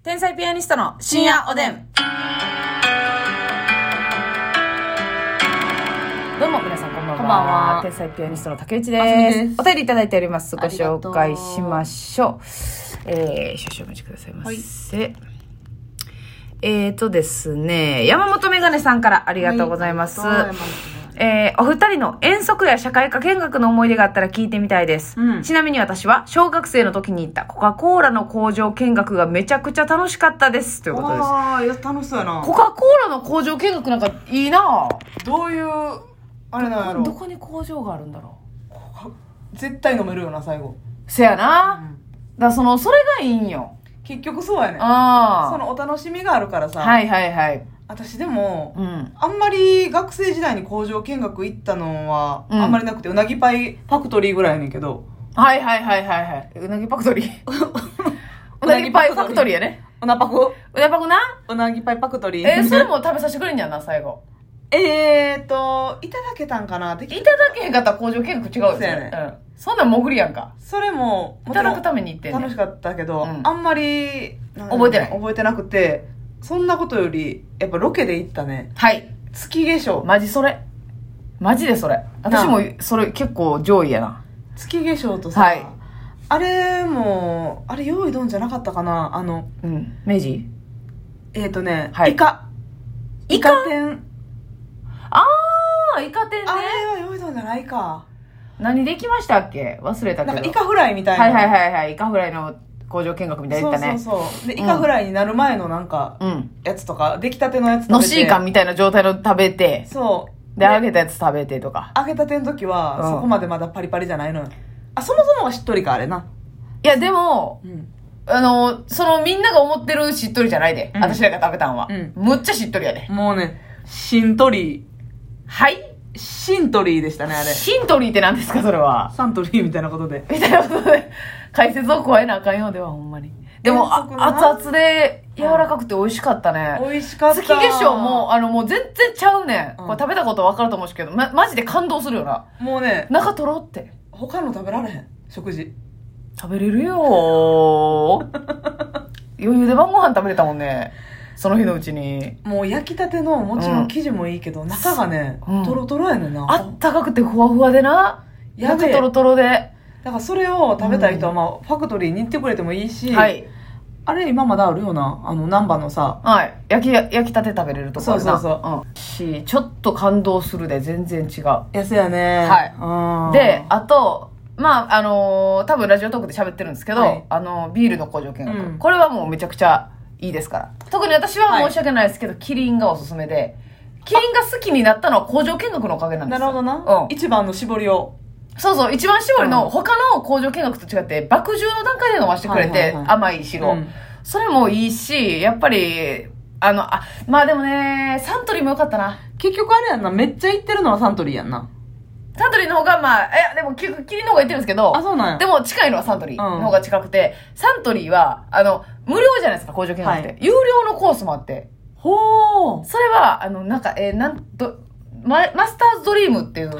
天才ピアニストの深夜おでん。どうも皆さんこんばんは。 こんばんは。 天才ピアニストの竹内ますみで。 ですす。 お便りいただいております。ごありがとう紹介しましょう。少々お待ちくださいませ。ですね、山本メガネさんからありがとうございます。お二人の遠足や社会科見学の思い出があったら聞いてみたいです。ちなみに私は小学生の時に行ったコカ・コーラの工場見学がめちゃくちゃ楽しかったです。ということです。 ああ、いや、楽しそうやな。 コカ・コーラの工場見学なんかいいな。 どういう、あれなんやろ。 どこに工場があるんだろう。絶対飲めるよな、最後。 せやな。だからそれがいいんよ。 結局そうやね。 ああ。 そのお楽しみがあるからさ。 はいはいはい。 私でも、 あんまり学生時代に工場見学行ったのは、あんまりなくて、うなぎパイファクトリーぐらいやねんけど。 はいはいはいはいはい。うなぎパクトリー。うなぎパイファクトリーやね。 うなパクうなパクな。 うなぎパイファクトリー。 それも食べさせてくれんやんな、最後。 いただけたんかな。 いただけへんかったら工場見学違うよね。そんなん潜りやんか。 それも、 いただくために行ってんねん。 楽しかったけど、あんまり、 覚えてなくて、そんなことより、やっぱロケで行ったね。 はい。 月化粧。 マジそれ。マジでそれ。私もそれ結構上位やな。 月化粧とさ、 はい。 あれも、あれ用意どんじゃなかったかな明治はい。イカ天。 イカ天ね。 あれは用意どんじゃないか。 何できましたっけ忘れたけど。 なんかイカフライみたいな。 はいはいはいはい。イカフライの工場見学みたいな言ったね。 そう。で、イカフライになる前のなんか、やつとか、出来たてのやつ食べて。 のしーかんみたいな状態の食べて。 そう。 で、揚げたやつ食べてとか。 揚げたての時は、そこまでまだパリパリじゃないのよ。そもそもがしっとりか、あれな。 いや、でも、みんなが思ってるしっとりじゃないで。私らが食べたんは。むっちゃしっとりやで。 もうね、しんとり。 はいシントリーでしたね、あれ。 シントリーって何ですか、それは。 サントリーみたいなことで。 みたいなことで、解説を加えなあかんようでは、ほんまに。でも、熱々で柔らかくて美味しかったね。 美味しかった。 月化粧も、もう全然ちゃうねん。これ食べたこと分かると思うんですけど、マジで感動するよな。 もうね、 中とろって。 他の食べられへん、食事。 食べれるよ余裕で晩ご飯食べれたもんね。その日のうちに。 もう焼きたてのもちろん生地もいいけど、中がね、トロトロやねんな。 あったかくてふわふわでな。中トロトロで。 だからそれを食べたい人は、ファクトリーに行ってくれてもいいし、 はい。 あれ今まだあるよな、難波のさ。 はい。焼きたて食べれるとこあるな。 そう。 ちょっと感動するで全然違う。 やせやね。 はい。で、あと、多分ラジオトークで喋ってるんですけど、ビールの工場見学。これはもうめちゃくちゃいいですから。特に私は申し訳ないですけど、キリンがおすすめで、キリンが好きになったのは工場見学のおかげなんですよ。 なるほどな。一番の絞りを。 そうそう、一番搾りの他の工場見学と違って、麦汁の段階で飲ましてくれて、甘い白。それもいいし、やっぱり、でもね、サントリーもよかったな。 結局あれやんな、めっちゃ行ってるのはサントリーやんな。 サントリーの方がでも結局キリンの方が行ってるんですけど、 そうなんや。 でも近いのはサントリーの方が近くて、サントリーは、無料じゃないですか、工場見学って。有料のコースもあって。 ほー。 それは、マスターズドリームっていう、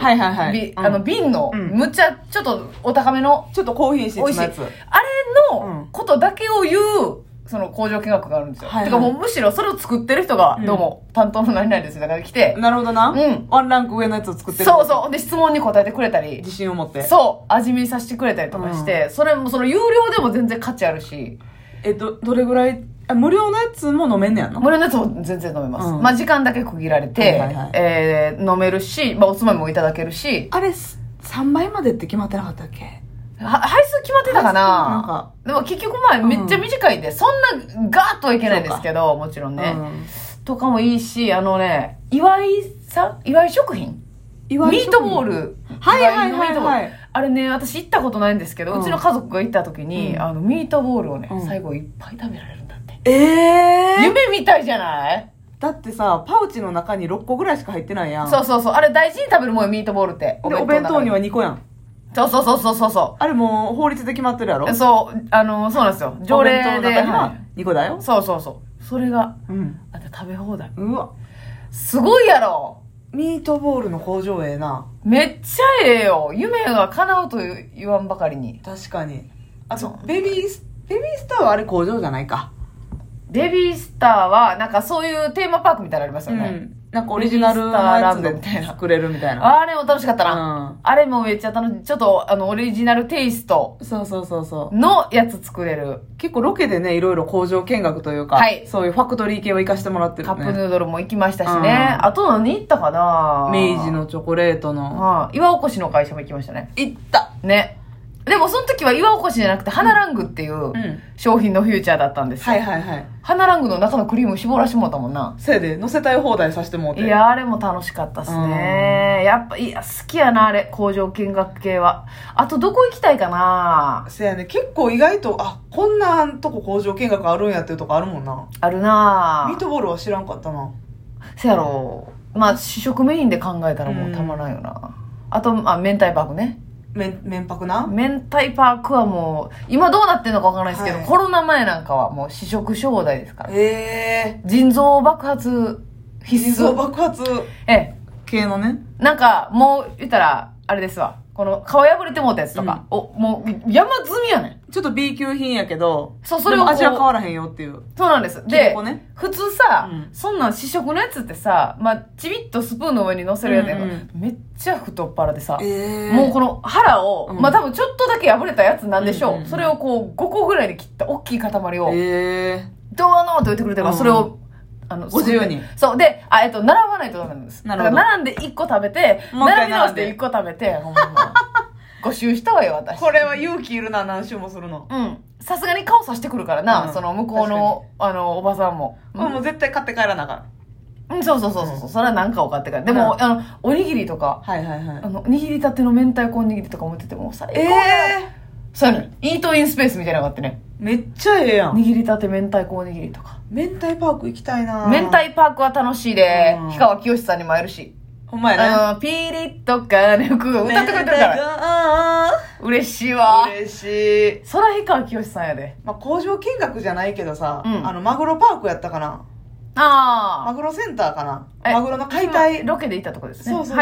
瓶の、むっちゃ、ちょっとお高めの、 ちょっとコーヒー質のやつ。 あれのことだけを言う、その工場見学があるんですよ。てかもうむしろそれを作ってる人が、どうも、担当の何々ですよ。だから来て。 なるほどな。ワンランク上のやつを作ってる。 そうそう。で、質問に答えてくれたり。 自信を持って。 そう。味見させてくれたりとかして、それも、有料でも全然価値あるし。 どれぐらい、無料のやつも飲めんねやんの？ 無料のやつも全然飲めます。時間だけ区切られて、飲めるし、おつまみもいただけるし。 あれ、3倍までって決まってなかったっけ？ 配数決まってたかな？でも結局めっちゃ短いんで、そんなガーッとはいけないんですけど、もちろんね。とかもいいし、岩井食品ミートボール。 はい。 あれね、私行ったことないんですけど、うちの家族が行った時に、ミートボールをね、最後いっぱい食べられるんだって。夢みたいじゃない？ だってさ、パウチの中に6個ぐらいしか入ってないやん。 そう。あれ大事に食べるもんよ、ミートボールって。 お弁当には2個やん。 そう。 あれもう法律で決まってるやろ？ そうなんですよ。条例で。 お弁当の中には2個だよ。 そう。それが、食べ放題。 うわ。 すごいやろ？ ミートボールの工場ええな。 めっちゃええよ。夢が叶うと言わんばかりに。 確かに。あと、ベビースターはあれ工場じゃないか。 ベビースターは、なんかそういうテーマパークみたいなのありますよね。 なんかオリジナルのやつで作れるみたいな。 あれも楽しかったな。あれもめっちゃ楽しい。ちょっとオリジナルテイスト。 そう。 のやつ作れる。 結構ロケでね、いろいろ工場見学というか、はい、そういうファクトリー系を行かしてもらってるね。 カップヌードルも行きましたしね。あと何行ったかな、 明治のチョコレートの。 岩おこしの会社も行きましたね。 行った。 ね。でもその時は岩おこしじゃなくて花ラングっていう商品のフューチャーだったんですよ。花ラングの中のクリーム絞らしてもらったもんな。 せいで乗せたい放題させてもらって。 いや、あれも楽しかったっすね。やっぱ、いや、好きやな、あれ。工場見学系は。あと、どこ行きたいかな。 せやね、結構意外と、こんなとこ工場見学あるんやっていうとこあるもんな。 あるな。 ミートボールは知らんかったな。 せやろ。まあ、試食メインで考えたらもうたまらんよな。あと、明太パークね。 麺白な明太パークはもう、今どうなってんのかわからないですけど、コロナ前なんかはもう試食し放題ですから。腎臓爆発必須。 腎臓爆発系のね。 なんか、もう言ったら、あれですわ。この皮破れてもうたやつとか、もう山積みやねん。 ちょっと B 級品やけど、 そう、それを味は変わらへんよっていう。 そうなんです。で、普通さ、そんなん試食のやつってさ、まあ、ちびっとスプーンの上に乗せるやつやから、めっちゃ太っ腹でさ、もうこの腹を、まあ多分ちょっとだけ破れたやつなんでしょう。それをこう、5個ぐらいで切った大きい塊を、どうのって置いてくれてるから、それを、 ご自由に。 そう。で、並ばないとダメなんです。だから並んで1個食べて、並び直して1個食べて、ほんま5周したわよ、私。 これは勇気いるな、何周もするの。 さすがに顔さしてくるからな、その向こうの、おばさんも。 もう絶対買って帰らなあかん。そう。それは何かを買って帰る。でも、おにぎりとか、握りたての明太子おにぎりとか持ってても、最高そうやねイートインスペースみたいなのがあってね。 めっちゃええやん。 握りたて明太子おにぎりとか。 明太パーク行きたいな。 明太パークは楽しいで、氷川きよしさんにも会えるし。 ほんまやね。 ピリッとかね、歌ってくれてるから。嬉しいわ。 嬉しい。 そら氷川きよしさんやで。 まあ、工場見学じゃないけどさ、マグロパークやったかな。マグロセンターかな。マグロの解体。 ロケで行ったとこですね。 そう。 はい。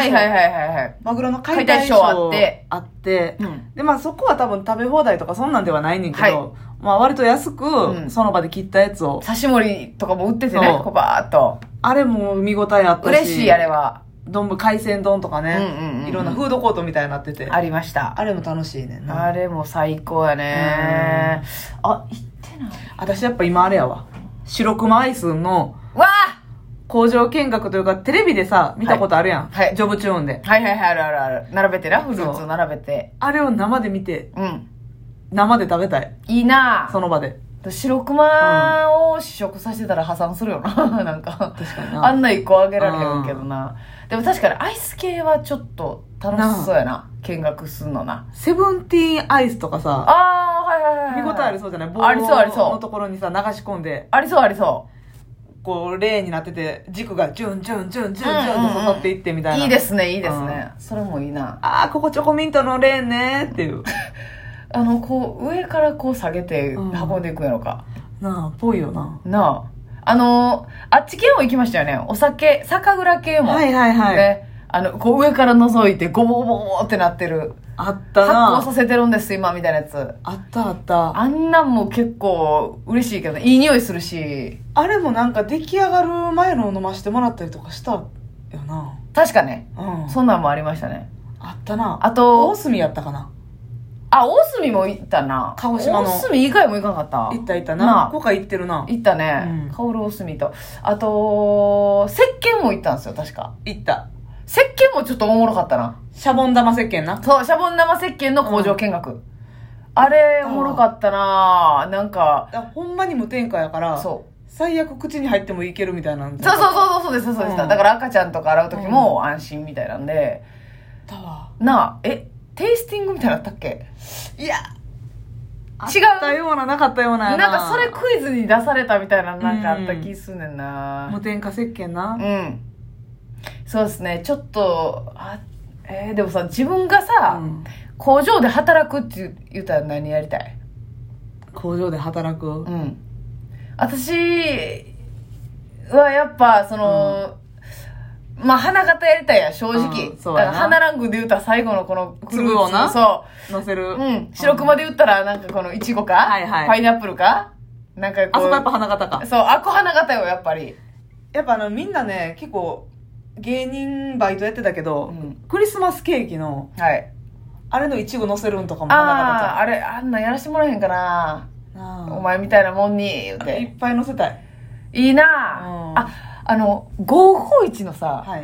マグロの解体ショーあって。で、まあそこは多分食べ放題とかそんなんではないねんけど、まあ割と安く、その場で切ったやつを。 刺し盛りとかも売っててね、こうバーっと。 あれも見応えあったし。 嬉しい、あれは。 海鮮丼とかね、いろんなフードコートみたいになってて。 ありました。 あれも楽しいねんな。 あれも最高やね。行ってない。 私やっぱ今あれやわ。白熊アイスの、工場見学というか、テレビでさ、見たことあるやん。ジョブチューンで。 ある。並べてな、フルーツ並べて。 あれを生で見て、生で食べたい。 いいなその場で。 白熊を試食させてたら破産するよな。なんか。 確かにな。 あんな1個あげられへんけどな。でも確かにアイス系はちょっと楽しそうやな。見学すんのな。 セブンティーンアイスとかさ。見応えありそうじゃないありそう。 のところにさ、流し込んで。 ありそう。 こう、レーンになってて、軸がジュンと刺さっていってみたいな。 いいですね。それもいいな。 ここチョコミントのレーンねっていう。 こう、上からこう下げて運んでいくやろか。 ぽいよな。 あっち系も行きましたよね。お酒、酒蔵系も。ね。こう上から覗いてゴボゴボゴボってなってる。 あったな。 発酵させてるんです今みたいなやつ。 あった。 あんなんも結構嬉しいけど、いい匂いするし。 あれもなんか出来上がる前のを飲ませてもらったりとかしたよな。 確かね。そんなんもありましたね。 あったな。 あと、 大隅やったかな。 大隅も行ったな。 鹿児島の。 大隅以外も行かなかった。 行ったな。ここ行ってるな。 行ったね。香る大隅と。あと、石鹸も行ったんですよ、確か。 行った。 石鹸もちょっとおもろかったな。 シャボン玉石鹸な。 そう、シャボン玉石鹸の工場見学。あれ、おもろかったな。なんか。 ほんまに無添加やから。そう。最悪口に入ってもいけるみたいなんで。 そうでした。だから赤ちゃんとか洗う時も安心みたいなんで。テイスティングみたいなのあったっけ？ いや。 違う。 あったような、なかったような。 なんかそれクイズに出されたみたいななんかあった気すんねんな。 無添加石鹸な。 そうですね。ちょっと、でもさ、自分がさ、工場で働くって言ったら何やりたい？ 工場で働く？ 私はやっぱ、まあ、花形やりたいや、正直。だから花ラングで言うたら最後のこの粒をな。 そう。 乗せる。 白熊で言ったらなんかこのイチゴかパイナップルかなんかこう。 あそこやっぱ花形か。 そう、あこ花形よ、やっぱり。 やっぱみんなね、結構、芸人バイトやってたけど、クリスマスケーキの、 はい。 あれのイチゴ乗せるんとかも花形ちゃう。 あれ、あんなやらしてもらえへんかな。お前みたいなもんに、言うて。 いっぱい乗せたい。 いいな551のさ、 はい。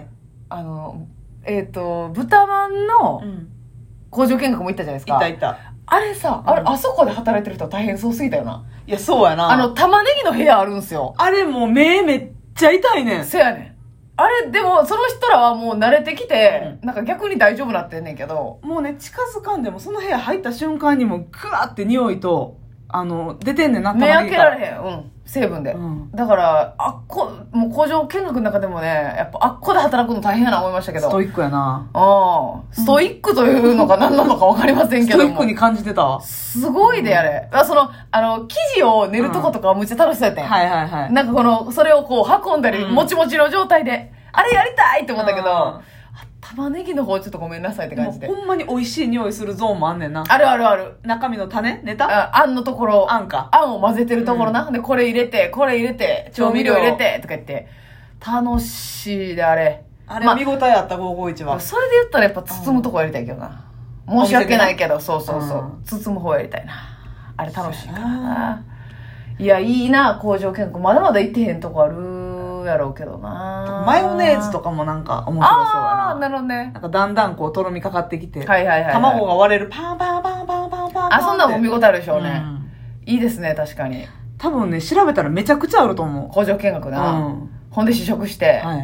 豚まんの工場見学も行ったじゃないですか。 いた。 あれさ、あそこで働いてる人は大変そうすぎたよな。 いや、そうやな。 玉ねぎの部屋あるんすよ。 あれもう目めっちゃ痛いねん。 せやねん。あれ、でも、その人らはもう慣れてきて、なんか逆に大丈夫なってんねんけど。 もうね、近づかんでも、その部屋入った瞬間にもう、グワーって匂いと、出てんねんな、 目開けられへん。成分で。だから、もう工場見学の中でもね、やっぱあっこで働くの大変やな思いましたけど。 ストイックやな。 ストイックというのか何なのか分かりませんけども。 ストイックに感じてたわ。 すごいで、あれ。生地を練るとことかはむっちゃ楽しそうやったんや。 はいはいはい。 なんかそれをこう運んだり、もちもちの状態で、あれやりたいって思ったけど、玉ねぎの方ちょっとごめんなさいって感じで。 ほんまに美味しい匂いするゾーンもあんねんな。 ある。 中身の種ネタあんのところ。 あんか。 あんを混ぜてるところな。で、これ入れて、調味料入れて、とか言って。楽しいで、あれ。 あれ見応えあった、551は。 それで言ったらやっぱ包むとこやりたいけどな。申し訳ないけど、そう。包む方やりたいな。あれ楽しいからな。いや、いいな、工場見学。まだまだ行ってへんとこあるやろうけどな。 マヨネーズとかもなんか面白そうやな。 なるほどね。 なんかだんだんこうとろみかかってきて。 はい。 卵が割れる。パンパンパンパンパンパンパン。 そんなも見応えあるでしょうね。いいですね、確かに。 多分ね、調べたらめちゃくちゃあると思う。 工場見学な。ほんで試食して。 はい。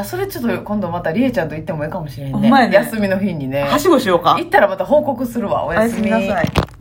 それちょっと今度またりえちゃんと行ってもいいかもしれんね。 お前ね。 休みの日にね。 はしごしようか。 行ったらまた報告するわ。おやすみなさい。